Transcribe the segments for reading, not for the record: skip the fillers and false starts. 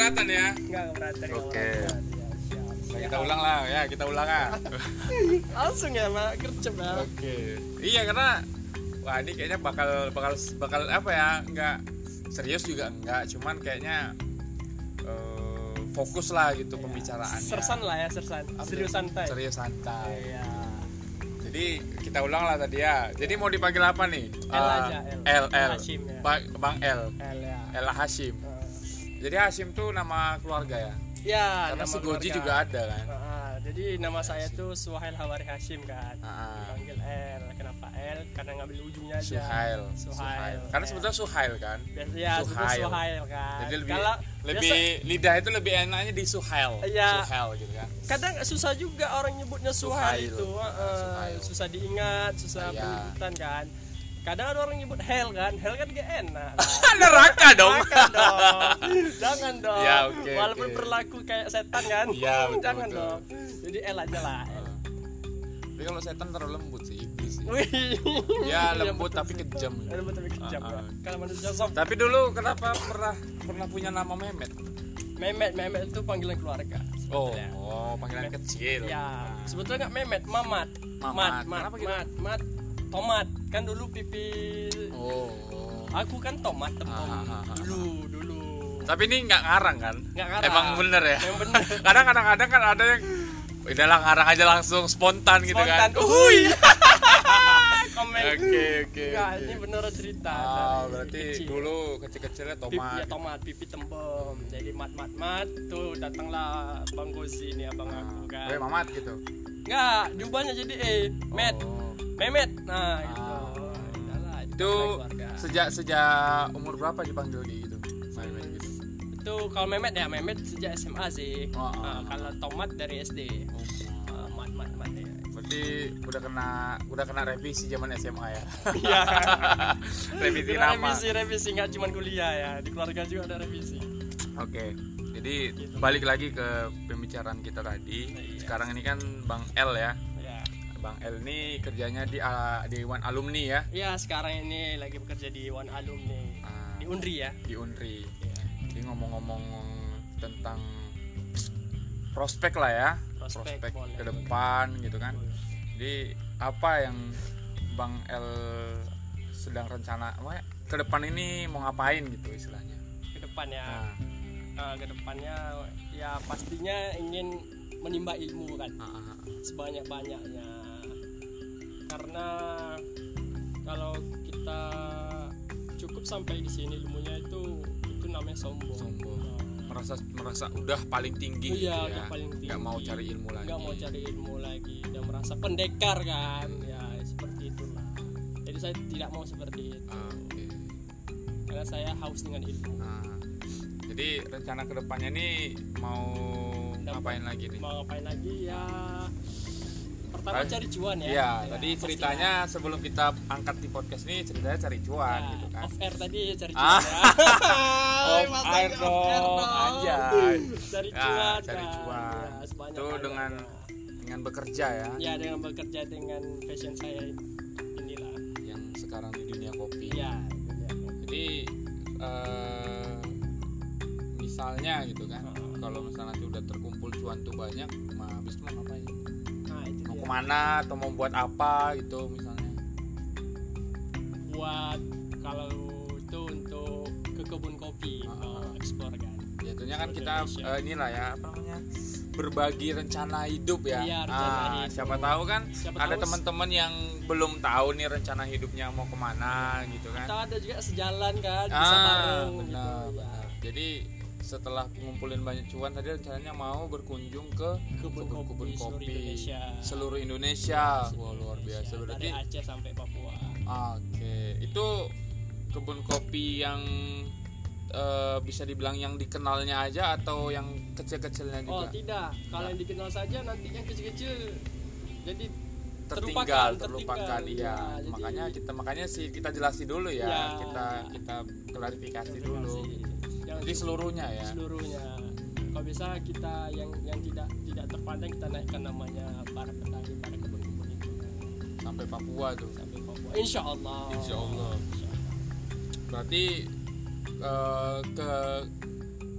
keberatan ya? Enggak keberatan. Oke. Ya, siap. Nah, kita ulang lah ya, kita ulang ah. Langsung ya, Pak. Gercep ya. Oke. Iya, karena wah ini kayaknya bakal apa ya? Enggak serius juga enggak, cuman kayaknya fokus lah gitu pembicaraannya. Sersan lah ya, sersan. Serius santai. Serius santai. Iya. Jadi kita ulang lah tadi ya. Jadi mau dipanggil apa nih? L aja, L. L. Hashim ya. Bang L. L ya. L Hashim. Jadi Hashim tuh nama keluarga ya? Ya, Karena nama si Goji keluarga. juga ada kan? Jadi nama saya tuh Suhail Hawari Hashim kan. Ah. Dipanggil L. Kenapa L? Karena ngambil ujungnya aja. Suhail. Karena sebetulnya Suhail kan? Ya, sebetulnya Suhail kan. Jadi Kalau lidah itu lebih enaknya di Suhail. Iya. Suhail gitu kan. Kadang susah juga orang nyebutnya Suhail Suhail. itu. Suhail. Susah diingat, susah Iya. penyebutan kan. Kadang ada orang nyebut Hel kan gak enak. Neraka dong. Makan dong. Jangan dong. Ya, oke, Walaupun oke. berlaku kayak setan kan. Iya, betul, Jangan betul. dong. Jadi L aja lah. Tapi kalau setan terlalu lembut sih, iblis sih. Wih. Ya Iya, lembut betul tapi sih. kejam. Lembut tapi kejam. Ah, ah. Kalau manusia soft. Tapi dulu kenapa pernah punya nama Mehmet? Mehmet itu panggilan keluarga. Oh, sebetulnya. panggilan kecil. Ya, sebetulnya nggak Mehmet, Mamat. Mamat. Kenapa gitu? Mat. Tomat. Kan dulu pipi Oh. aku kan tomat tepung. Dulu. Tapi ini nggak ngarang kan? Nggak ngarang. Emang bener ya? Yang bener. Kadang-kadang kan ada yang udahlah ngarang aja langsung spontan gitu kan. Spontan. Uhuy. Komen. Oke. Enggak, ini bener cerita. Dari Berarti kecil. dulu kecil-kecilnya tomat. Pipi tembem. Jadi mat tuh datanglah Bang Gozi nih abang aku kan. Mamat gitu. Enggak, diubahnya jadi Met. Oh. Memet. Nah, gitu. Udahlah, Itu keluarga. sejak umur berapa dipanggil gitu? Mehmet gitu. Itu kalau Memet sejak SMA sih. Oh. Kalau Tomat dari SD. Mat ya. Berarti udah kena revisi zaman SMA ya. Iya. Revisi nama. Revisi nggak cuma kuliah ya, di keluarga juga ada revisi. Oke. Jadi balik lagi ke pembicaraan kita tadi. Sekarang ini kan Bang L ya. Ya. Bang L ini kerjanya di One Alumni ya. Ya, sekarang ini lagi bekerja di One Alumni di Unri ya. Di Unri. Ya. Jadi ngomong-ngomong tentang prospek lah ya. Prospek boleh. ke depan gitu kan. Jadi apa yang Bang L sedang rencana ke depan ini mau ngapain gitu istilahnya? Ke depan ya. Ke depannya ya pastinya ingin menimba ilmu kan. Sebanyak-banyaknya. Karena kalau kita cukup sampai di sini ilmunya itu namanya sombong. Merasa udah paling tinggi Iya, gitu udah paling tinggi. Nggak mau cari ilmu lagi. Nggak mau cari ilmu lagi dan merasa pendekar kan. Ya, seperti itulah. Jadi saya tidak mau seperti itu. Oke. Karena saya haus dengan ilmu. Jadi rencana kedepannya nih mau ngapain lagi nih? Mau ngapain lagi ya? Pertama cari cuan ya. Iya, tadi ceritanya sebelum kita angkat di podcast ini ceritanya cari cuan ya, gitu kan. Off air tadi cari cuan ya. Off air dong, anjay. Cari Ya, cuan. cari kan. cuan. Ya, Itu dengan bekerja ya. Ya, dengan bekerja dengan passion saya inilah. Yang sekarang di dunia kopi. Ya, Jadi misalnya gitu kan, kalau misalnya nanti udah terkumpul cuan tuh banyak, habis itu mau ngapain? nah itu Mau dia. kemana atau mau buat apa gitu misalnya? Buat kalau itu untuk ke kebun kopi mau explore kan. Jatuhnya kan kita Indonesia. inilah ya apa namanya, berbagi rencana hidup ya. Iya, rencana hidup. Siapa tahu kan Siapa ada tahu teman-teman yang belum tahu nih rencana hidupnya mau kemana gitu kan. Kita ada juga sejalan kan, bisa bareng gitu. Benar, Ya. benar. Jadi setelah ngumpulin banyak cuan tadi rencananya mau berkunjung ke Kebun kebun-kebun kopi seluruh Indonesia. Seluruh Wah, luar biasa. Indonesia. Berarti Dari Aceh sampai Papua. oke, itu kebun kopi yang bisa dibilang yang dikenalnya aja atau yang kecil-kecilnya Oh juga? tidak, kalau yang dikenal saja nanti yang kecil-kecil jadi terlupakan iya. Ya, jadi- Makanya sih kita jelasin dulu ya, Ya. kita klarifikasi dulu. Yang Jadi seluruhnya ya. seluruhnya. Kalau bisa kita yang tidak terpandang kita naikkan namanya para petani, para kebun-kebun itu Sampai Papua tuh. sampai Papua. Insya Allah. Insya Allah. Berarti ke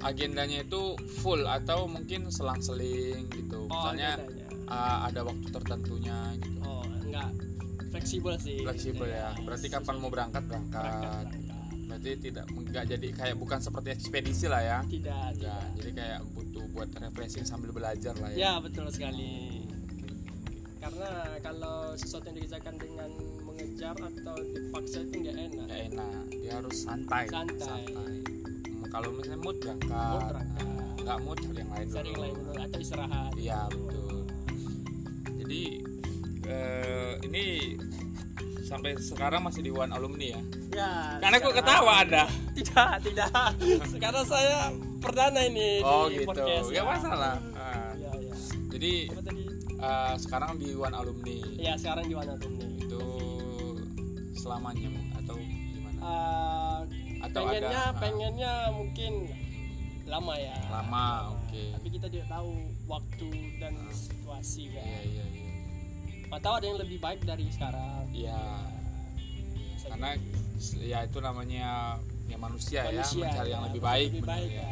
agendanya itu full atau mungkin selang-seling gitu. Misalnya ada waktu tertentunya gitu. Oh, enggak fleksibel sih. Fleksibel ya. Berarti kapan mau berangkat. Berarti enggak jadi kayak bukan seperti ekspedisi lah ya. Tidak. Jadi kayak butuh buat refreshing sambil belajar lah ya. Ya, betul sekali. Karena kalau sesuatu yang dikerjakan dengan mengejar atau dipaksa itu enggak enak. Dia harus santai. Kalau misalnya mood berangkat. Enggak mood cari yang lain dulu. Atau istirahat. Iya, betul. Jadi ini sampai sekarang masih di One Alumni ya? Ya. Karena gue ketawa Anda. Tidak. Karena saya perdana ini di gitu. podcast. Gak masalah. Ya. Jadi sekarang di One Alumni. Iya, sekarang di One Alumni. Itu selamanya atau gimana? Atau pengennya mungkin lama ya. Oke. Tapi kita tidak tahu waktu dan situasi kan. Iya. Atau ada yang lebih baik dari sekarang. Iya. Karena ya itu namanya ya manusia ya, mencari yang lebih baik. Ya.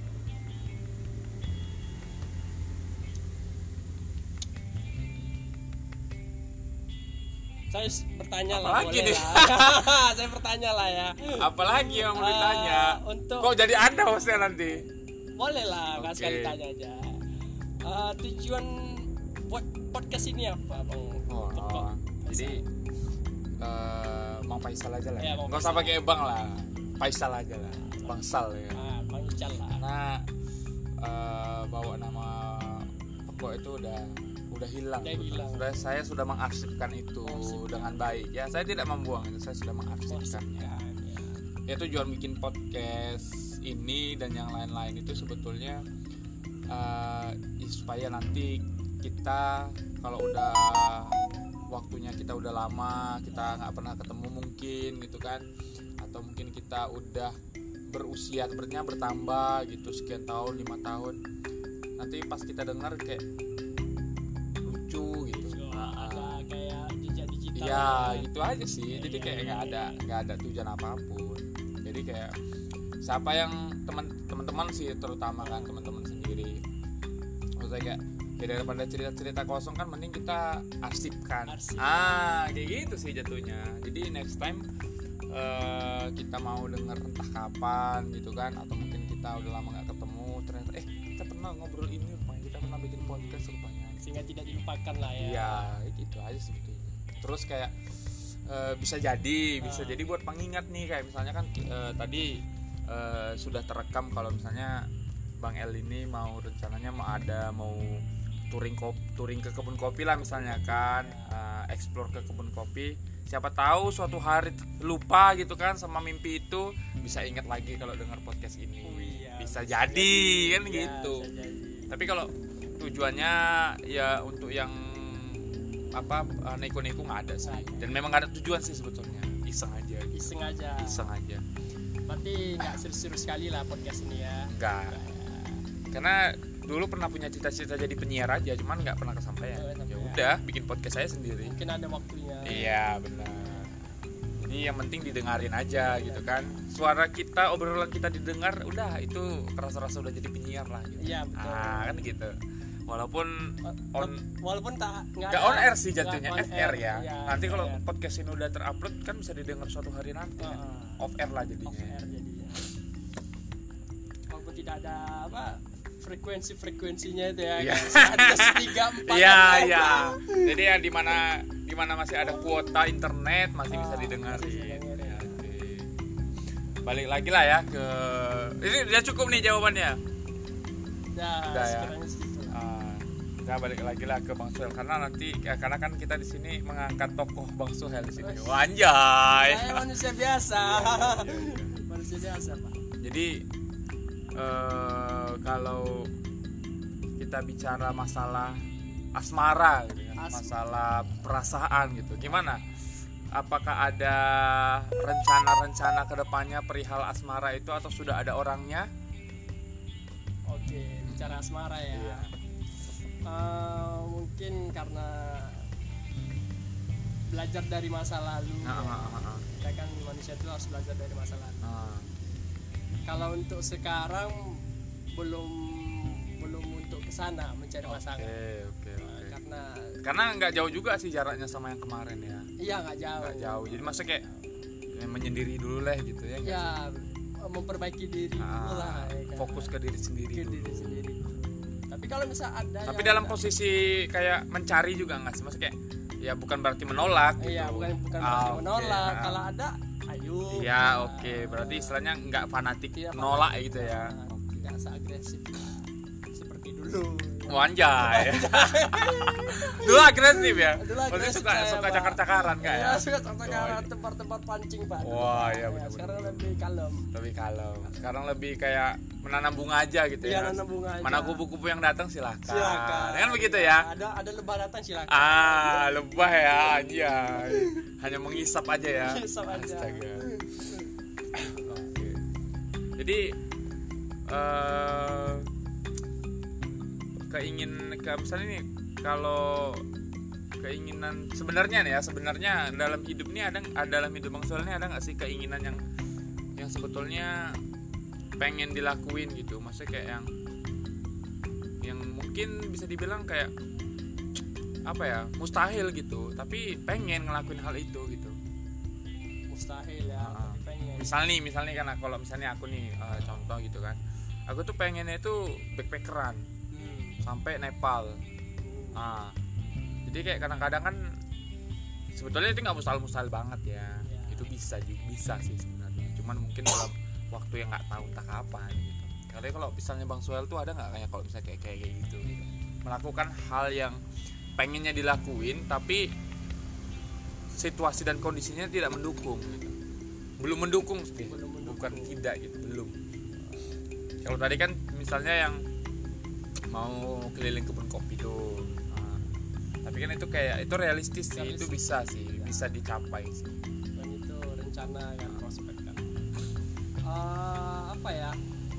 Saya bertanya apalagi lah, nih? Saya bertanya lah ya. Apalagi yang mau ditanya? Untuk kok jadi Anda hostnya nanti? Boleh lah, nggak sekali tanya aja. Tujuan buat podcast ini apa, Bang? Jadi Bang Faisal aja lah. Ya, nggak usah pakai Bang lah, Faisal aja lah, Bang Sal ya. Bang Ical lah. Karena bawa nama Pekok itu udah hilang. Saya sudah mengarsipkan itu dengan baik ya. Saya tidak membuang itu, saya sudah mengarsipkannya. Ya tujuan bikin podcast ini dan yang lain-lain itu sebetulnya supaya nanti kita kalau udah waktunya kita udah lama, kita nggak pernah ketemu mungkin gitu kan, atau mungkin kita udah berusia bertambah gitu sekian tahun, 5 tahun, nanti pas kita dengar kayak lucu gitu. Ada kayak jejak digital. Ya gitu aja sih. Jadi kayak nggak ada tujuan apapun. Jadi kayak siapa yang teman-teman sih, terutama kan teman-teman sendiri. Maksudnya kayak daripada cerita-cerita kosong kan mending kita arsipkan. Kayak gitu sih jatuhnya. Jadi next time kita mau denger entah kapan gitu kan, atau mungkin kita udah lama nggak ketemu, ternyata kita pernah ngobrol ini rupanya, kita pernah bikin podcast rupanya, sehingga tidak dilupakan lah ya. Iya, gitu aja sebetulnya. Terus kayak bisa jadi buat pengingat nih, kayak misalnya kan tadi sudah terekam kalau misalnya Bang El ini rencananya mau touring ke kebun kopi lah misalnya kan, explore ke kebun kopi. Siapa tahu suatu hari lupa gitu kan sama mimpi itu, bisa ingat lagi kalau dengar podcast ini. Bisa jadi kan gitu. Tapi kalau tujuannya ya untuk yang neko-neko nggak ada sih, dan memang nggak ada tujuan sih sebetulnya, iseng aja. Berarti nggak serius-serius sekali lah podcast ini ya? Nggak. Karena dulu pernah punya cita-cita jadi penyiar aja, cuman nggak pernah kesampaian. Ya udah, bikin podcast saya sendiri. Mungkin ada waktunya. Iya benar. Jadi yang penting didengarin aja gitu kan. Suara kita, obrolan kita didengar, udah itu kerasa-rasa udah jadi penyiar lah. Gitu. Iya betul. Kan gitu. Walaupun nggak on air sih jatuhnya, FR ya. Nanti kalau FR. podcast ini udah terupload kan bisa didengar suatu hari nanti. Off air lah jadinya. Walaupun tidak ada frekuensinya itu ya. Iya. 103.4. Iya. Jadi ya di mana masih ada kuota internet masih bisa didengarin. Balik lagi lah ya ke ini udah cukup nih jawabannya. Udah ya. Kita balik lagi lah ke Bang Suhel karena kan kita di sini mengangkat tokoh Bang Suhel di sini. Anjay. Saya manusia biasa. Manusia biasa, Pak. Jadi kalau kita bicara masalah asmara gitu kan, masalah perasaan gitu, gimana? Apakah ada rencana-rencana kedepannya perihal asmara itu atau sudah ada orangnya? Oke, bicara asmara ya. Iya. Mungkin karena belajar dari masa lalu. Kita kan manusia itu harus belajar dari masa lalu. Kalau untuk sekarang belum untuk kesana mencari pasangan. Oke. Karena nggak jauh juga sih jaraknya sama yang kemarin ya. iya nggak jauh. Jadi masa kayak menyendiri dulu lah gitu ya. Ya memperbaiki diri dulu lah. Ya, kan? Fokus ke diri sendiri. Tapi kalau misal ada. Tapi dalam posisi kayak mencari juga nggak sih? Maksudnya kayak ya bukan berarti menolak. Iya gitu. bukan berarti menolak. Okay. Kalau ada, ayo. Iya oke. Berarti istilahnya nggak fanatik menolak gitu ya. Tidak seagresif seperti dulu. Anjay. Dulu agresif ya. Berarti suka cakar-cakaran nggak ya? Suka cakar-cakaran, tempat-tempat pancing Pak. Wah iya benar. Sekarang lebih kalem. Sekarang lebih kayak menanam bunga aja gitu ya. Nanam bunga aja. Mana kupu-kupu yang datang silakan. Kan begitu ya. Ada lebah datang silakan. Lebah ya anjay. Hanya mengisap aja ya. Astaga. Oke. Jadi misalnya nih kalau keinginan sebenarnya dalam hidup nih dalam hidup Bang Soel ini ada nggak sih keinginan yang sebetulnya pengen dilakuin gitu, maksudnya kayak yang mungkin bisa dibilang kayak apa ya, mustahil gitu tapi pengen ngelakuin hal itu gitu. Mustahil ya, tapi pengen. Misalnya kan kalau misalnya aku nih contoh gitu kan, aku tuh pengennya itu backpackeran sampai Nepal. Jadi kayak kadang-kadang kan sebetulnya itu nggak mustahil banget ya. Itu bisa sih sebenarnya. Cuman mungkin dalam waktu yang nggak tahu entah kapan gitu. Karena kalau misalnya Bang Soel tuh ada nggak kayak kalau misalnya kayak gitu, melakukan hal yang pengennya dilakuin tapi situasi dan kondisinya tidak mendukung gitu. Belum mendukung sih. Bukan tidak gitu, belum. Kalau tadi kan misalnya yang mau keliling kebun kopi tuh, tapi kan itu kayak itu realistis sih, itu bisa dicapai sih. Dan itu rencana yang prospek kan. Apa ya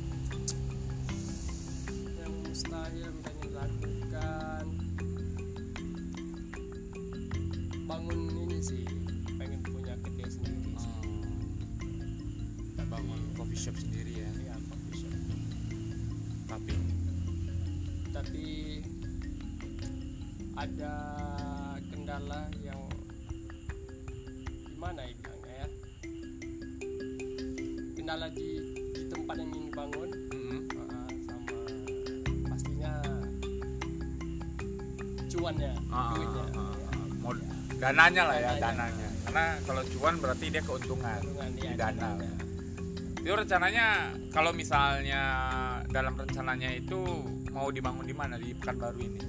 yang mustahil pengen dilakukan, bangun ini sih, pengen punya kedai sendiri sih. Bangun coffee shop sendiri ya. Iya, coffee shop. Tapi ada kendala yang gimana ya? Kendala di tempat yang ingin dibangun, sama pastinya cuannya, duitnya. Dananya lah ya, dananya. Karena kalau cuan berarti dia keuntungan di dana. Itu rencananya kalau misalnya dalam rencananya itu mau dibangun di mana, di Pekanbaru ini?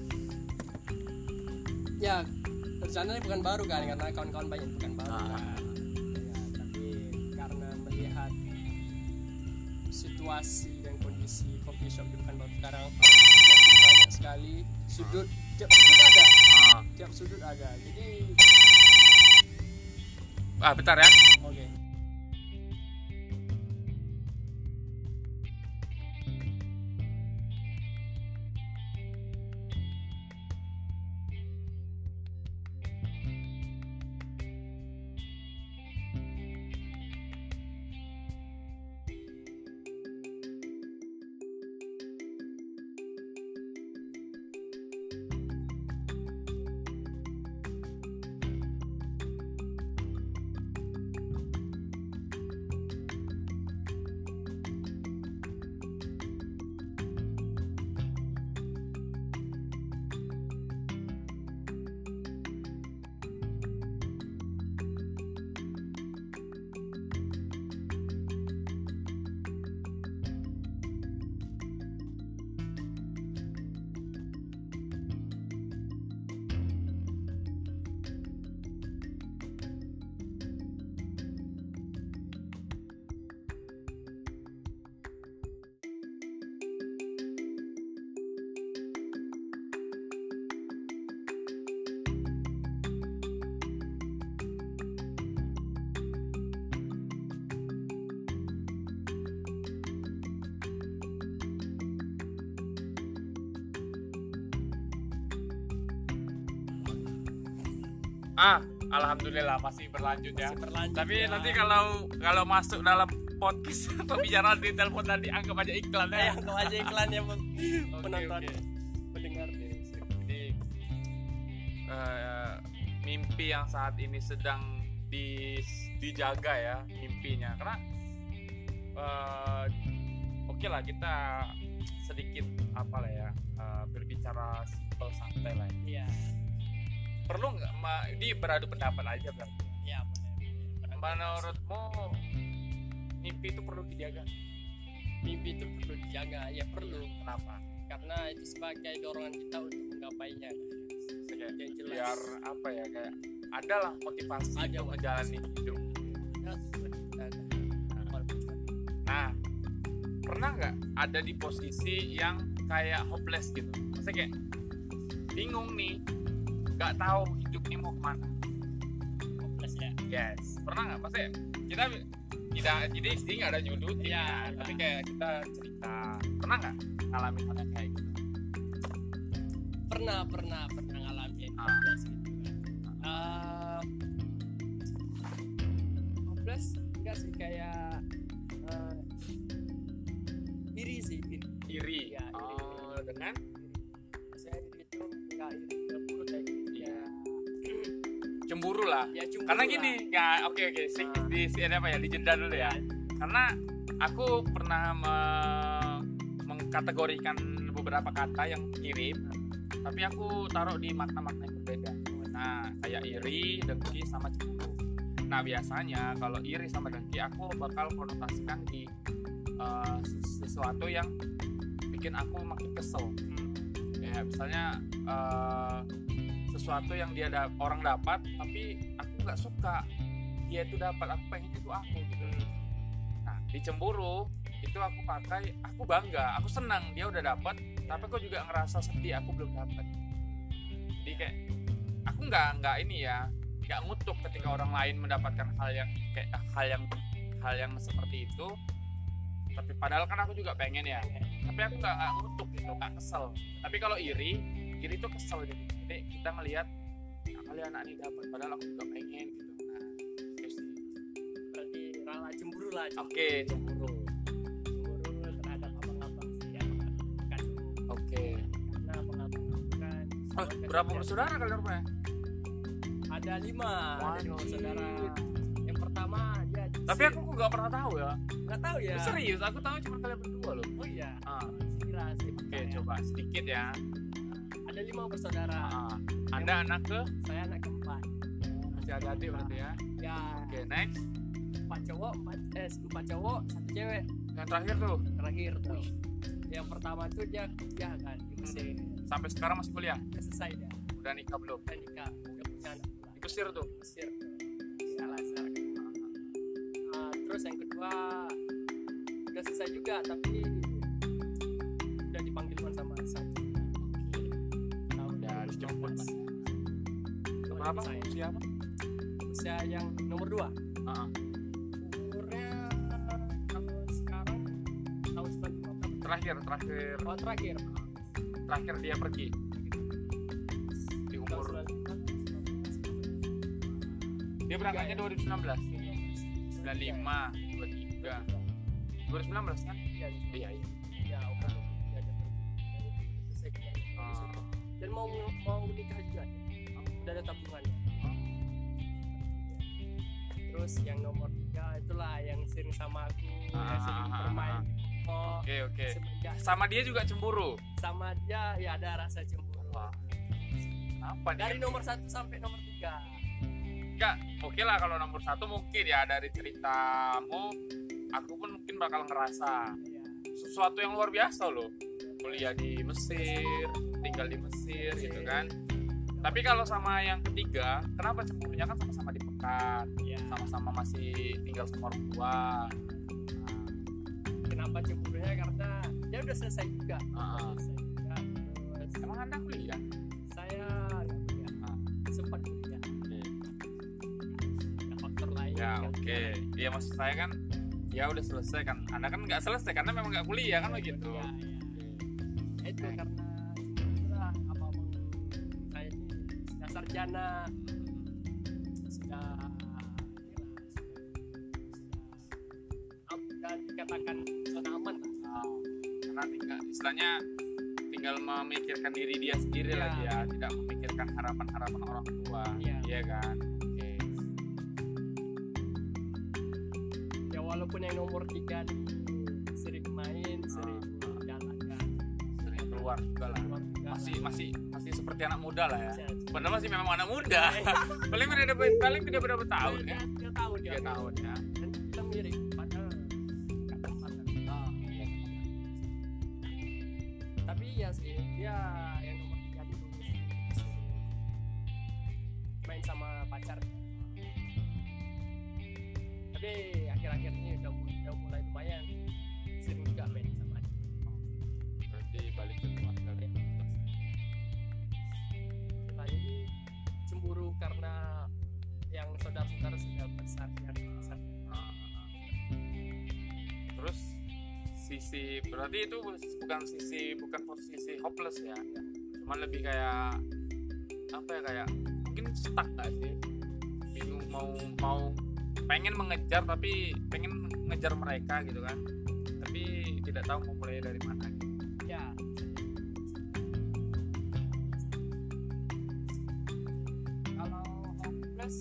Ya rencananya Pekanbaru kan, karena kawan-kawan banyak di Pekanbaru kan. Ya, tapi karena melihat situasi dan kondisi coffee shop di Pekanbaru sekarang makin banyak sekali sudut, tiap sudut ada. Jadi bentar ya. Oke. Alhamdulillah masih berlanjut ya. Masih berlanjut, tapi ya. Nanti kalau masuk dalam podcast pembicaraan di telepon tadi anggap aja iklan ya. Anggap aja iklan ya penonton. Oke. Pendengar. Jadi mimpi yang saat ini sedang dijaga ya mimpinya, karena oke lah kita sedikit apa lah ya, berbicara simpel santai lah ya. Iya. Perlu nggak ini beradu pendapat aja berarti. Iya, benar. Menurutmu mimpi itu perlu dijaga? Mimpi itu perlu dijaga, ya perlu. Kenapa? Karena itu sebagai dorongan kita untuk menggapainya. Kayak Yang jelas. biar apa ya, kayak ada lah motivasi Ada untuk menjalani hidup. Ya, tujuan kita. Nah, pernah nggak ada di posisi yang kayak hopeless gitu? Maksudnya kayak bingung nih, nggak tahu hidup ini mau kemana. Hopeless ya. Yes, pernah nggak? Maksudnya kita tidak, jadi sih nggak ada judul, Iya, tapi kayak kita cerita. Pernah nggak ngalamin hal yang kayak gitu? Pernah ngalamin Ah. hopeless gitu. Hopeless enggak sih, kayak iri sih, Iri. Ya, Oh, dengan saya itu enggak iri cemburu kayak gitu ya. cemburu lah. Ya cemburu Karena lah. gini, ya oke, di apa ya, dijeda dulu ya. Karena aku pernah mengkategorikan beberapa kata yang mirip, tapi aku taruh di makna-makna yang berbeda. Nah, kayak iri, dengki, sama cemburu. Nah, biasanya kalau iri sama dengki aku bakal konotasikan di sesuatu yang bikin aku makin kesel. Ya, misalnya sesuatu yang orang dapat tapi aku nggak suka, dia itu dapat, aku pengen itu aku gitu. Nah, di cemburu itu aku pakai, aku bangga, aku senang dia udah dapat, tapi aku juga ngerasa sedih aku belum dapat. Jadi kayak aku nggak ini ya, nggak ngutuk ketika orang lain mendapatkan hal yang kayak hal yang seperti itu, tapi padahal kan aku juga pengen ya, tapi aku nggak ngutuk gitu, nggak kesel. Tapi kalau iri itu kesel gitu. Jadi kita ngelihat kali anak ini dapat, padahal aku juga pengen gitu. Nah, terus Berarti rala cemburu lah. oke, cemburu. Cemburu terhadap abang-abang sih ya, kan. Oke. Karena abang-abang kan Berapa bersaudara kalian rumahnya? ada 5 Wajib. saudara. Yang pertama dia Tapi aku nggak pernah tahu ya. nggak tahu ya. Serius, aku tahu cuma kalian berdua loh. Oh iya. Ah. Kira sih. Oke, coba sedikit ya. Ada 5 bersaudara. Anda anak ke? Saya anak keempat. Masih ada adik berarti ya. Ya. Oke, next. 4 cowok, 4 cowok, 1 cewek. Yang terakhir tuh. Terakhir tuh. Yang pertama tuh dia kuliah kan di Mesir. Sampai sekarang masih kuliah. Udah selesai dia. Udah nikah belum? Udah nikah. Udah punya anak pula. Di Mesir tuh. Mesir. Di Al-Azhar. Terus yang kedua udah selesai juga, tapi udah dipanggil Tuhan sama satu. Udah dijemput. Berapa? Usia apa? Usia yang nomor 2. Heeh. Umurnya kalau sekarang tahun 95. Terakhir Oh, terakhir dia pergi di umur. tahun 95. Dia berangkatnya 2019. 95, 23. 2019 kan? Iya, Iya. ya umur dia ada pergi. Dan itu selesai kuliah. Dan mau nikah juga ya. Udah ada tabungannya. Terus yang nomor 3 itulah yang sering sama aku, yang sering bermain di pokok. Oke. Semenjak Sama dia juga cemburu. sama dia ya ada rasa cemburu. Apa Dari nih? nomor 1 sampai nomor 3. Enggak, oke lah kalau nomor 1 mungkin ya, dari ceritamu aku pun mungkin bakal ngerasa Ya. sesuatu yang luar biasa loh, kuliah di Mesir, tinggal di Mesir gitu kan. Tapi kalau sama yang ketiga, kenapa cemburunya? Kan sama-sama di Pekat, Ya. sama-sama masih tinggal sama orang tua. Kenapa cemburunya? Karena dia udah selesai juga. Ah. Selesai juga. Terus Emang Anda kuliah? saya nggak kuliah. Ah. Sempat kuliah. Ada faktor lain. Ya kan. oke, iya maksud saya kan ya udah selesai kan. Anda kan nggak selesai karena memang nggak kuliah kan begitu. Ya. Itu karena cemburu abang saya ini sudah sarjana, sudah istilahnya tinggal memikirkan diri dia sendiri Ya. lagi ya, tidak memikirkan harapan-harapan orang tua. Iya. Iya kan? Oke. Ya walaupun yang nomor 3 nih sering main, sering jalan kan, Sering keluar juga lah. keluar juga Masih seperti anak muda lah ya. lah. Padahal masih memang anak muda. paling tidak berapa tahun ya. 3 tahun 3 tahun ya. Dan kita mirip padahal nggak tepat kan. Iya. Tapi ya sih dia yang nomor 3 dulu main sama pacar. Tapi akhir-akhir ini udah mulai lumayan sering juga main sama dia. Berarti balik ke keluarga ya. Kita ini cemburu karena yang saudara-saudara sudah besar ya, besar. Terus berarti itu bukan posisi hopeless ya, cuman lebih kayak apa ya, kayak mungkin stuck gak sih, bingung mau pengen mengejar tapi pengen ngejar mereka gitu kan, tapi tidak tahu mau mulai dari mana gitu. Ya. Kalau hopeless,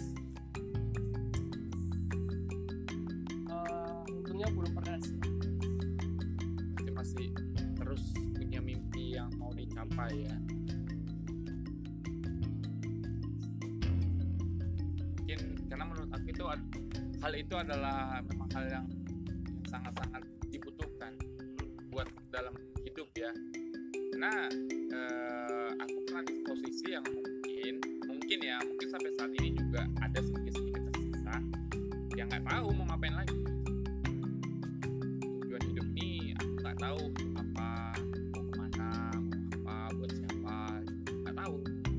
untungnya belum pernah sih. Berarti masih terus punya mimpi yang mau dicapai ya. Mungkin karena menurut aku itu hal itu adalah memang hal yang sangat-sangat dibutuhkan buat dalam hidup ya. Karena aku pernah di posisi yang mungkin sampai saat ini juga ada sedikit tersisa yang nggak tahu mau ngapain lagi. Tujuan hidup ini aku nggak tahu apa, mau kemana, mau apa, buat siapa, nggak tahu.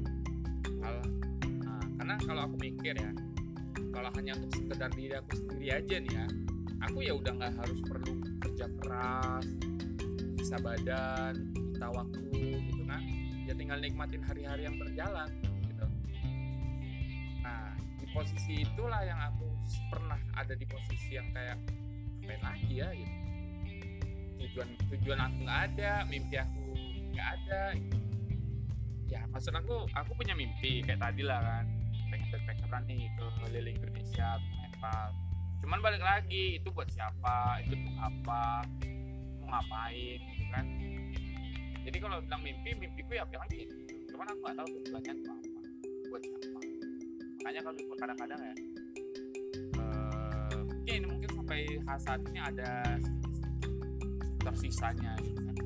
Karena kalau aku mikir ya, kalau hanya untuk sekedar diri aku sendiri aja nih ya, aku ya udah nggak harus perlu kerja keras, bisa badan, kita waktu gitu kan, ya tinggal nikmatin hari-hari yang berjalan gitu. Nah di posisi itulah yang aku pernah ada di posisi yang kayak ngapain lagi ya gitu, tujuan aku nggak ada, mimpi aku nggak ada gitu. Ya maksud aku punya mimpi kayak tadi lah kan, pengen backpackeran nih ke keliling Indonesia, ke Nepal. Cuman balik lagi, itu buat siapa, itu untuk apa, mau ngapain gitu kan. Jadi kalau bilang mimpiku ya apa lagi gitu. Cuman aku gak tahu tujuannya itu apa, buat siapa. Makanya kalau kadang-kadang ya mungkin sampai saat ini ada tersisanya gitu kan.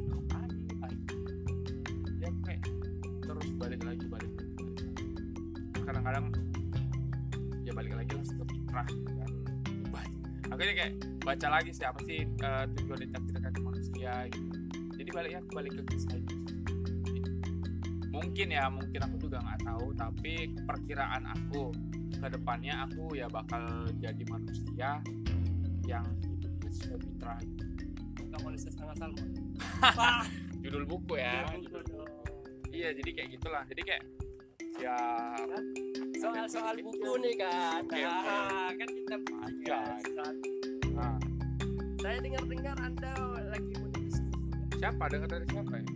Ya kayak terus balik lagi. Kadang-kadang ya balik lagi lah ke fitrah gitu kan. Akhirnya kayak baca lagi siapa sih tujuan ditakdirkan manusia gitu. Jadi balik ke kisah itu. Mungkin aku juga nggak tahu, tapi perkiraan aku ke depannya aku ya bakal jadi manusia yang hidupnya sesuai fitrah. Bukan manusia setengah salmon. Judul buku ya. Iya, jadi kayak gitulah. Jadi kayak ya soal buku nih kan. Oke. Kan kita Aja. Nah, saya dengar Anda lagi menulis siapa? Dengar dari siapa ya?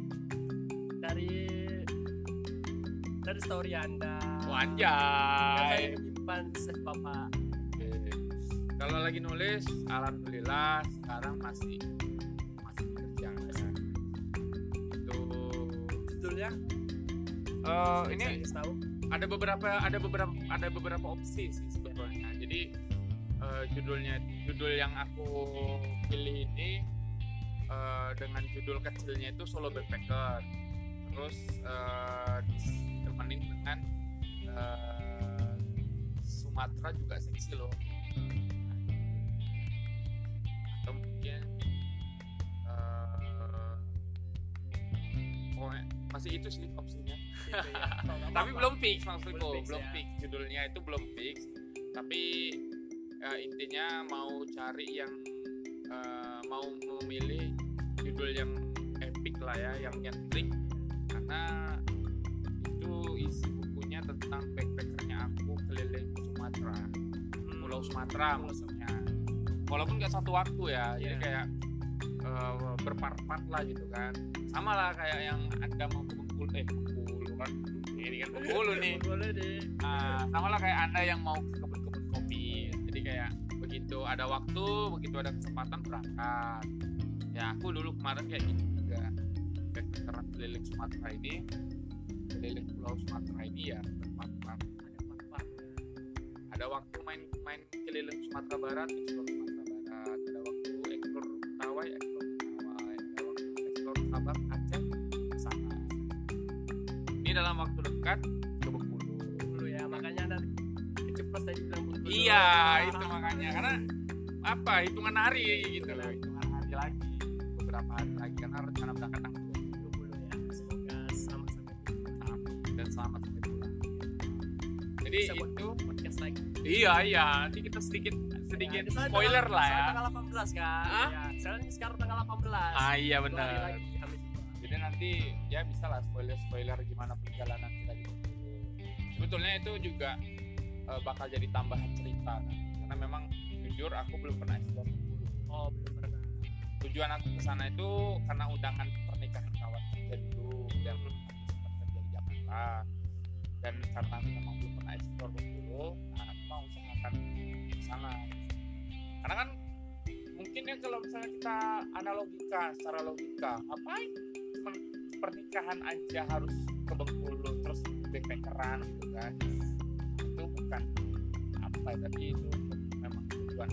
dari story Anda. Oh, Kan saya anjay. menyimpan save Bapak. Oke. Kalau lagi nulis, alhamdulillah sekarang masih kerja. Itu Judulnya ini saya tahu. ada beberapa opsi sih sebetulnya. Jadi judul yang aku pilih ini dengan judul kecilnya itu Solo Backpacker. Terus ditemenin dengan Sumatera juga seksi loh. Atau mungkin masih itu sih opsinya. Gitu ya. Tapi belum fix maksudku, Belum fix, belum ya. fix, judulnya itu belum fix. Tapi intinya mau cari yang mau memilih judul yang epic lah ya, yang nyentrik, karena itu isi bukunya tentang backpackernya aku keliling Sumatera, Pulau Sumatera maksudnya. Walaupun nggak satu waktu ya, jadi Iya. kayak berpart-part lah gitu kan, sama lah kayak yang Anda mau ke Bengkulu kan, ini kan Bengkulu nih. Sama lah kayak Anda yang mau ke kebun-kebun kopi, jadi kayak begitu ada waktu, begitu ada kesempatan berangkat. Ya aku dulu kemarin kayak gitu juga, karena keliling Sumatera ini, keliling Pulau Sumatera ini ya berpart-part. Ada waktu main keliling Sumatera Barat, explore Sumatera Barat. Ada waktu explore Mentawai, ada waktu explore Sabang, Aceh, ke sana. Ini dalam waktu dekat ke Bengkulu ya, makanya ada keceplos tadi bilang Bengkulu. Iya, itu makanya, karena apa, hitungan hari gitu loh, hitungan hari lagi, beberapa hari lagi, karena rencana berangkat tanggal 20 ya. Semoga selamat sampai pulang. Dan selamat sampai pulang. Jadi bisa itu podcast lagi. Iya, nanti kita sedikit Ya, spoiler lah ya. Tanggal 18 kan. Ya, sekarang tanggal 18. Iya benar. Lagi, jadi nanti ya bisa lah spoiler gimana perjalanan kita di Bengkulu. Sebetulnya itu juga bakal jadi tambahan cerita kan. Karena memang jujur aku belum pernah explore Bengkulu. Oh, belum pernah. Tujuan aku ke sana itu karena undangan pernikahan kawan saya dulu yang sempat kerja di Jakarta. Dan karena aku memang belum pernah explore Bengkulu, nah aku mau usahakan ke sana. Karena kan mungkin ya kalau misalnya kita analogikan secara logika, ngapain cuma pernikahan aja harus ke Bengkulu terus backpackeran gitu kan, itu bukan apa ya, tapi itu memang tujuan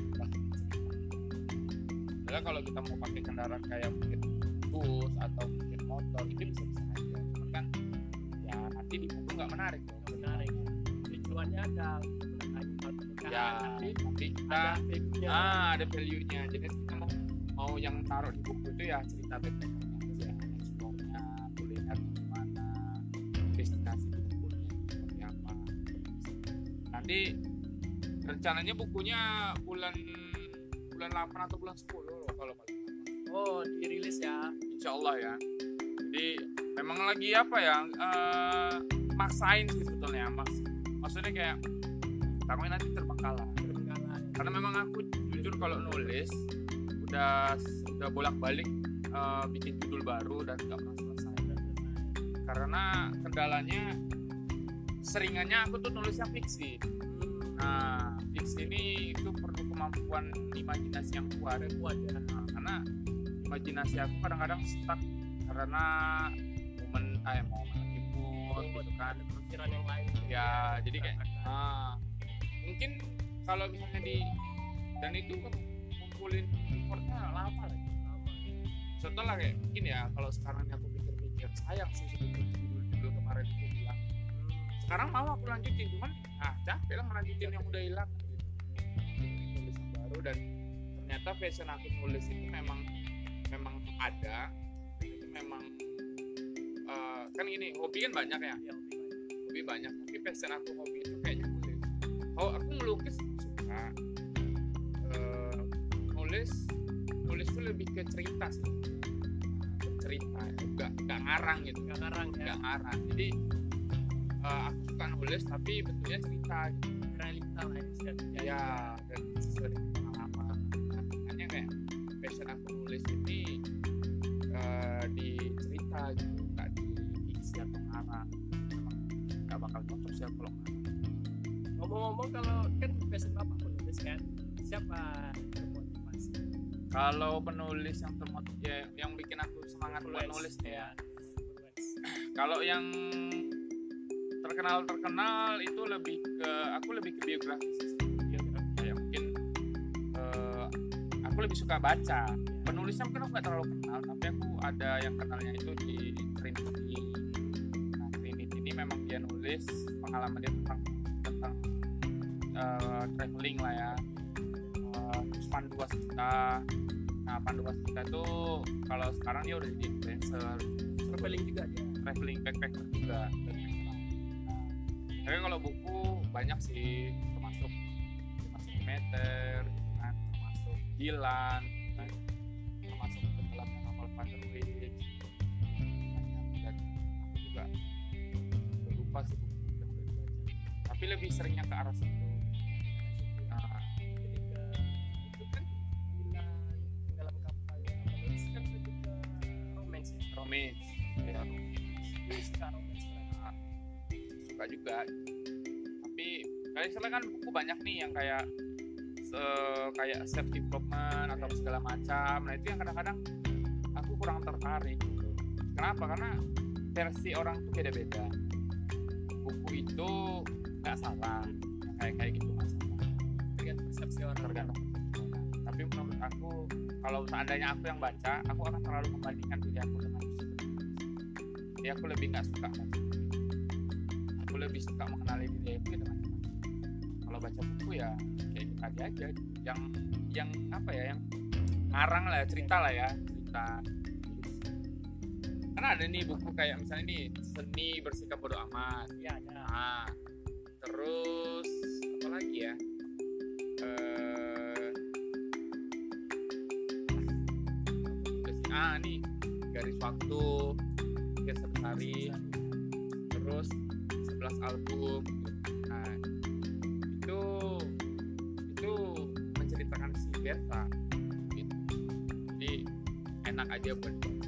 lah. Kalau kita mau pakai kendaraan kayak mungkin bus atau mungkin motor itu bisa aja, cuman kan ya nanti di Bengkulu nggak menarik dong. Tujuannya ada ya, nanti kita ada value-nya. Jadi kita mau yang taruh di buku itu ya cerita backpackernya aja, explore-nya, kuliner gimana, destinasi di bukunya seperti apa. Nanti rencananya bukunya bulan 8 atau bulan 10 loh kalau paling. Oh, dirilis ya. Insyaallah ya. Jadi memang lagi apa ya, maksain sih sebetulnya, maksudnya kayak takutnya nanti terbengkalai. Karena memang aku jujur kalau nulis udah bolak-balik bikin judul baru dan nggak pernah selesai. Karena kendalanya seringannya aku tuh nulisnya fiksi. Nah, fiksi ini itu perlu kemampuan imajinasi yang kuat ya. Karena imajinasi aku kadang-kadang stuck karena momen gitu kan, pikiran yang lain ya. Jadi kayak mungkin kalau misalnya dan itu kan ngumpulin effortnya lama lagi. Contoh lah kayak mungkin ya, kalau sekarang aku pikir-pikir sayang sih sebetulnya judul kemarin itu bilang sekarang mau aku lanjutin, cuman capek lah ngelanjutin yang udah hilang gitu. Tulis yang baru, dan ternyata passion aku nulis itu memang ada. Itu memang kan gini, hobi kan banyak ya. Hobi banyak, tapi passion aku hobi itu kayaknya nulis. Aku melukis suka, nulis tuh lebih ke cerita sih, cerita, nggak ngarang gitu, nggak ngarang. Jadi aku suka nulis tapi bentuknya cerita gitu, realita lah ya, dan sesuai dengan pengalaman. Makanya kayak passion aku nulis ini di cerita gitu, nggak di fiksi atau ngarang. Memang nggak bakal cocok sih kalau ngarang. Ngomong-ngomong, kalau kan passion bapak penulis kan, siapa termotivasi? Kalau penulis yang yang bikin aku semangat buat nulis nih ya. Kalau yang terkenal itu lebih ke biografi sih. Ya mungkin aku lebih suka baca. Penulisnya mungkin aku nggak terlalu kenal, tapi aku ada yang kenalnya itu di Trinity. Nah, Trinity ini memang dia nulis pengalaman dia tentang traveling lah ya. Terus Panduwasita. Nah, Panduwasita tuh kalau sekarang dia udah jadi influencer, traveling juga dia, traveling backpacker juga. Tapi kalau buku banyak sih, termasuk 5 meter gitu kan, termasuk Dilan kan, termasuk tenggelamnya kapal Van der Wijk, banyak. Dan aku juga lupa sih buku yang udah dibaca, tapi lebih seringnya ke arah situ. Jadi itu kan tenggelam kapal romance ya, suka romance. suka juga. Tapi kayak misalnya kan buku banyak nih yang kayak kayak self development atau segala macam. Nah itu yang kadang-kadang aku kurang tertarik gitu. Kenapa? Karena versi orang tuh beda-beda. Buku itu nggak salah, kayak gitu masalah. Tergantung persepsi orang. Tergantung persepsi orang. Tapi menurut aku, kalau seandainya aku yang baca, aku akan terlalu membandingkan diri aku dengan buku. Jadi aku lebih nggak suka baca. Aku lebih suka mengenali diri aku dengan teman. Kalau baca buku ya kayak tadi aja, yang apa ya, yang ngarang lah, cerita lah ya, cerita. Karena ada nih buku kayak misalnya nih Seni Bersikap Bodo Amat. Iya ada. Nah, terus apa lagi ya? Nih Garis Waktu, Geser Sari, terus 11 album. Nah, itu menceritakan si Bersa gitu. Jadi enak aja buat baca.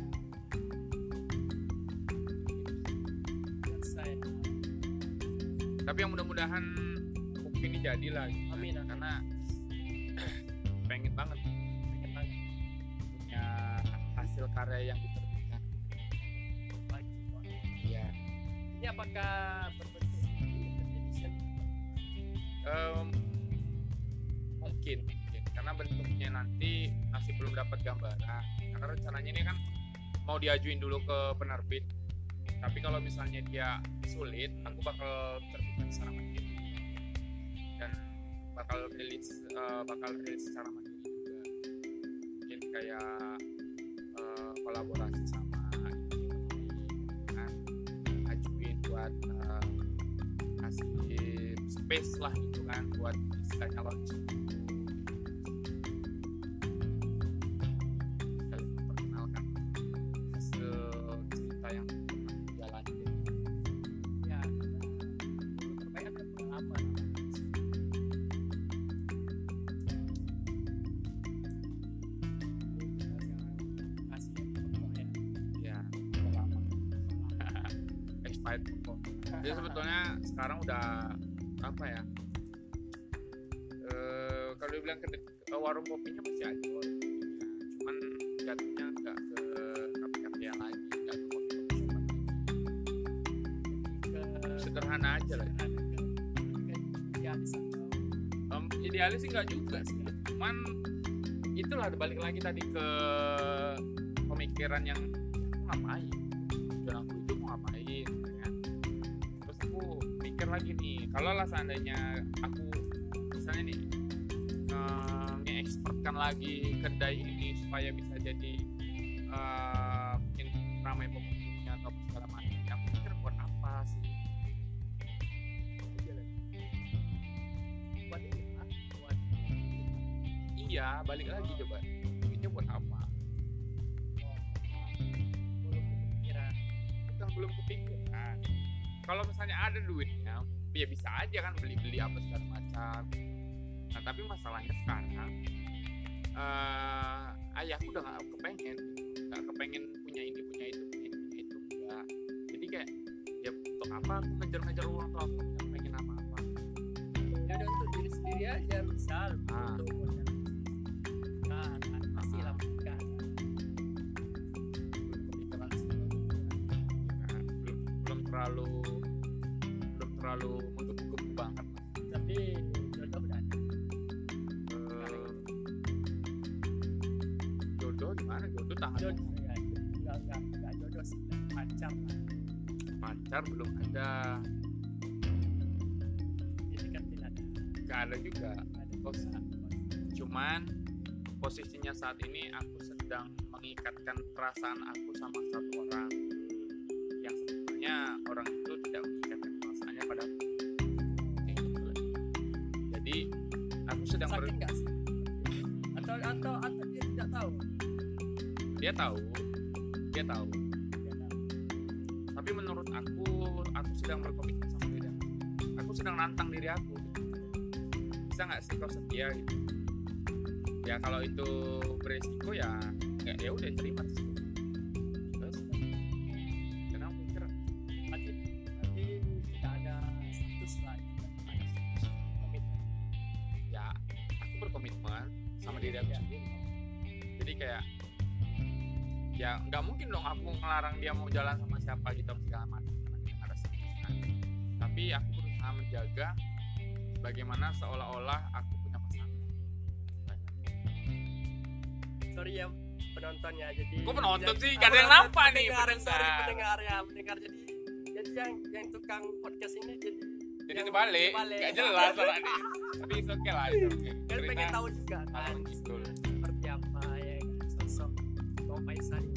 Selesai. Tapi yang mudah-mudahan buku ini jadilah gitu. Amin. Karena pengen banget punya hasil karya yang diterbitkan. Iya. Ini apakah berbentuk limited edition? Mungkin karena bentuknya nanti masih belum dapat gambaran. Karena rencananya ini kan mau diajuin dulu ke penerbit. Tapi kalau misalnya dia sulit, aku bakal terbitkan secara mandiri dan bakal rilis secara mandiri juga. Mungkin kayak kolaborasi sama kan, ajuin buat kasih space lah gitu kan, buat istilahnya launching. Kalian memperkenalkan hasil cerita yang jalani. Ya, terbaik ada pengalaman. Ya, lama. Expired kok. Jadi sebetulnya sekarang udah apa ya? Kalau dibilang ke warung kopinya masih ada warung kopinya. Cuman jatuhnya nggak ke kafe-kafe lagi, nggak ke kopi-kopi shop lagi. Sederhana aja lah. Idealis sih nggak juga sih. Cuman itulah balik lagi tadi ke pemikiran yang aku ngapain, dan aku itu mau ngapain kan? Terus aku mikir lagi nih, kalau lah seandainya aku misalnya nih nge-expertkan lagi kedai ini supaya bisa jadi mungkin ramai pengunjungnya atau segala macam, aku mikir buat apa sih? Buat ini lah, buat Iya, balik lagi coba, duitnya buat apa? belum kepikiran. Bukan belum kepikiran. Kalau misalnya ada duitnya, ya bisa aja kan beli apa segala macam. Nah tapi masalahnya sekarang ayahku udah nggak kepengen punya ini punya itu enggak. Jadi kayak ya untuk apa aku ngejar uang tuh, aku nggak pengen apa-apa. Ya udah untuk diri sendiri aja misal untuk modal. Pasti lah kan. Belum kepikiran sih. Nah, belum terlalu menggebu-gebu banget. Tapi jodoh udah ada. Jodoh gimana? Jodoh tangan Jodoh ya, enggak jodoh sih, pacar belum ada, jadi kan tidak ada. nggak ada juga. Ada Cuman posisinya saat ini aku sedang mengikatkan perasaan aku sama satu orang yang sebetulnya orang itu tidak mengikatkan perasaannya pada aku. Kayak gitu lah. Jadi aku sedang sakit nggak sih? Atau dia tidak tahu? Dia tahu. Tapi menurut aku sedang berkomitmen sama diri aku. Aku sedang nantang diri aku. Bisa nggak sih kau setia gitu? Ya kalau itu beresiko ya udah terima sih. Terus aku Ya. sendiri. Jadi kayak ya nggak mungkin dong aku ngelarang dia mau jalan sama siapa gitu segala macam karena kita nggak ada pasangan. Tapi aku berusaha menjaga bagaimana seolah-olah aku punya pasangan. Sorry ya penontonnya, jadi Kok penonton sih? jadi- Gak ada yang penonton, nampak nih, pendengar, pendengar. sorry, pendengar ya, pendengar. Jadi yang tukang podcast ini jadi yang Terbalik, nggak jelas soalnya nih. Tapi it's okay lah, it's okay. kan pengen Cerita tahu juga kan alur gitu. seperti apa ya kan, sosok Bang Faisal ini.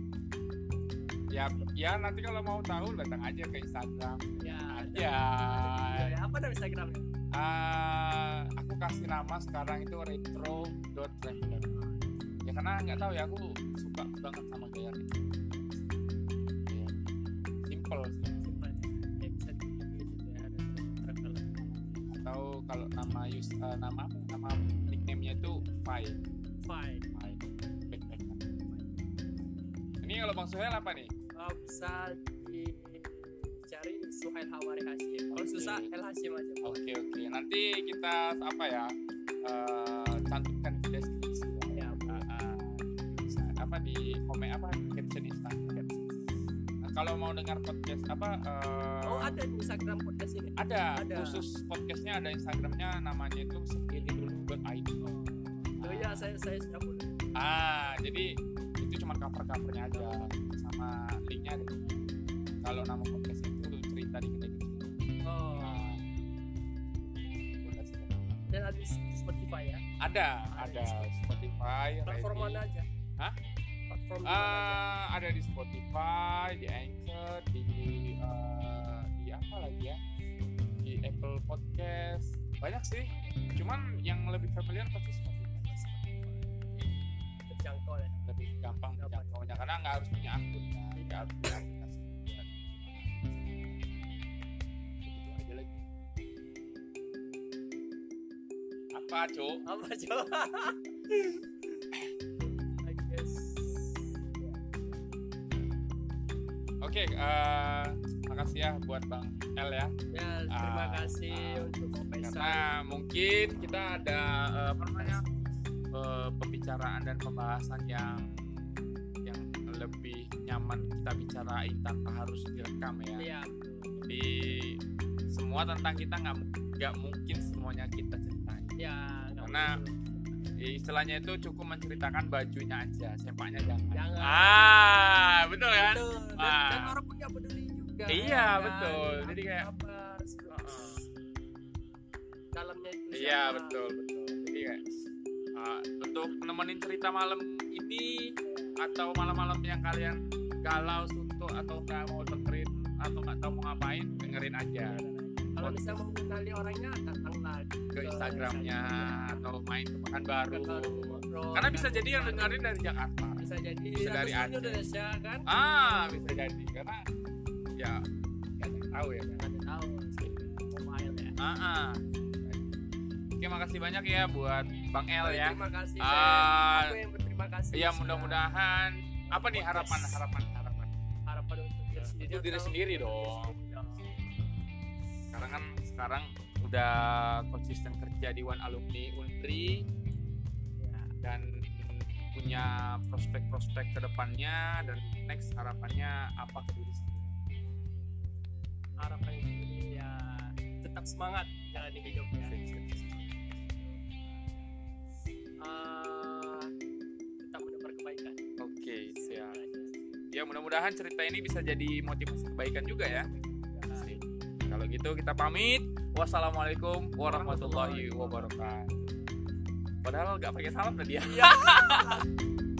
Ya nanti kalau mau tahu datang aja ke Instagram. Ya, Ya. ya apa nama Instagramnya? Aku kasih nama sekarang itu retro.traveler. Ya karena nggak tahu ya, aku suka banget sama gaya retro. Ya. Simple sih. Ya, bisa di situ ya, ada travel. Atau kalau nama nickname-nya itu Fai. Fine. Backpacker. Ini kalau Bang Suhel apa nih? Bisa dicari Suhail Hawari Hashim. Kalau Oke. susah El Hashim aja. Oke. Nanti kita apa ya? Cantumkan di deskripsi Ya, apa di komen apa caption Instagram. Nah, kalau mau dengar podcast oh ada di Instagram podcast ini. ada Ada. khusus podcastnya, ada Instagramnya namanya itu sekilidulu.id. Oh ya, saya sudah follow. Jadi itu cuma covernya aja sama linknya ada. Kalau nama podcast itu cerita di kedai kecil. Oh, Udah sih. dan ada di Spotify ya. Ada Spotify, Platform Reddit. mana aja? Hah? Platform di mana aja? Ada di Spotify, di Anchor, di apa lagi ya? Di Apple Podcast. Banyak sih. Cuman yang lebih familiar pasti Spotify. Terjangkau ya. Lebih gampang menjangkaunya karena nggak harus punya akun ya. Nggak harus punya aplikasi. Begitu aja lagi. Apa, Cuk? Apa coba? I guess. Oke, makasih ya buat Bang L ya. Ya, terima kasih untuk Bang Karena Faisal. mungkin kita ada pembicaraan dan pembahasan yang lebih nyaman kita bicarain tanpa harus direkam ya. Iya. Jadi semua tentang kita nggak mungkin semuanya kita ceritain. Ya, nggak Karena begitu. istilahnya itu cukup menceritakan bajunya aja, sempaknya jangan. Jangan. Betul kan? Betul. Dan orang pun nggak peduli juga. Iya, ya kan? betul. Jadi kayak apa dalamnya itu Iya, siapa? betul. Jadi kayak untuk menemenin cerita malam ini atau malam-malam yang kalian galau, suntuk atau nggak mau dengerin atau nggak tahu mau ngapain, dengerin aja Kalau misalnya mau mengenali orangnya, datanglah ke Instagramnya atau main ke Pekanbaru. ngobrol. Karena bisa jadi yang dengerin dari Jakarta. bisa jadi bisa atau dari seluruh Aceh. Indonesia kan? Bisa jadi karena ya nggak ada yang tahu ya. Nggak ada tahu sih, mobile ya. Oke, makasih banyak ya buat Bang L ya. Terima kasih. Ah, Aku yang berterima kasih. Ya sudah mudah-mudahan apa nih harapan harapan untuk diri sendiri. Untuk diri atau- sendiri dong. Sekarang udah konsisten kerja di One Alumni Unri Ya. dan punya prospek-prospek ke depannya, dan next harapannya apa ke diri sendiri? Harapan ini ya tetap semangat jalani hidupnya. Tetap menebar kebaikan. Oke, siap. Ya mudah-mudahan cerita ini bisa jadi motivasi kebaikan juga ya. Sip. Kalau gitu kita pamit. Wassalamualaikum warahmatullahi wabarakatuh. Padahal nggak pakai salam tadi ya. Iya.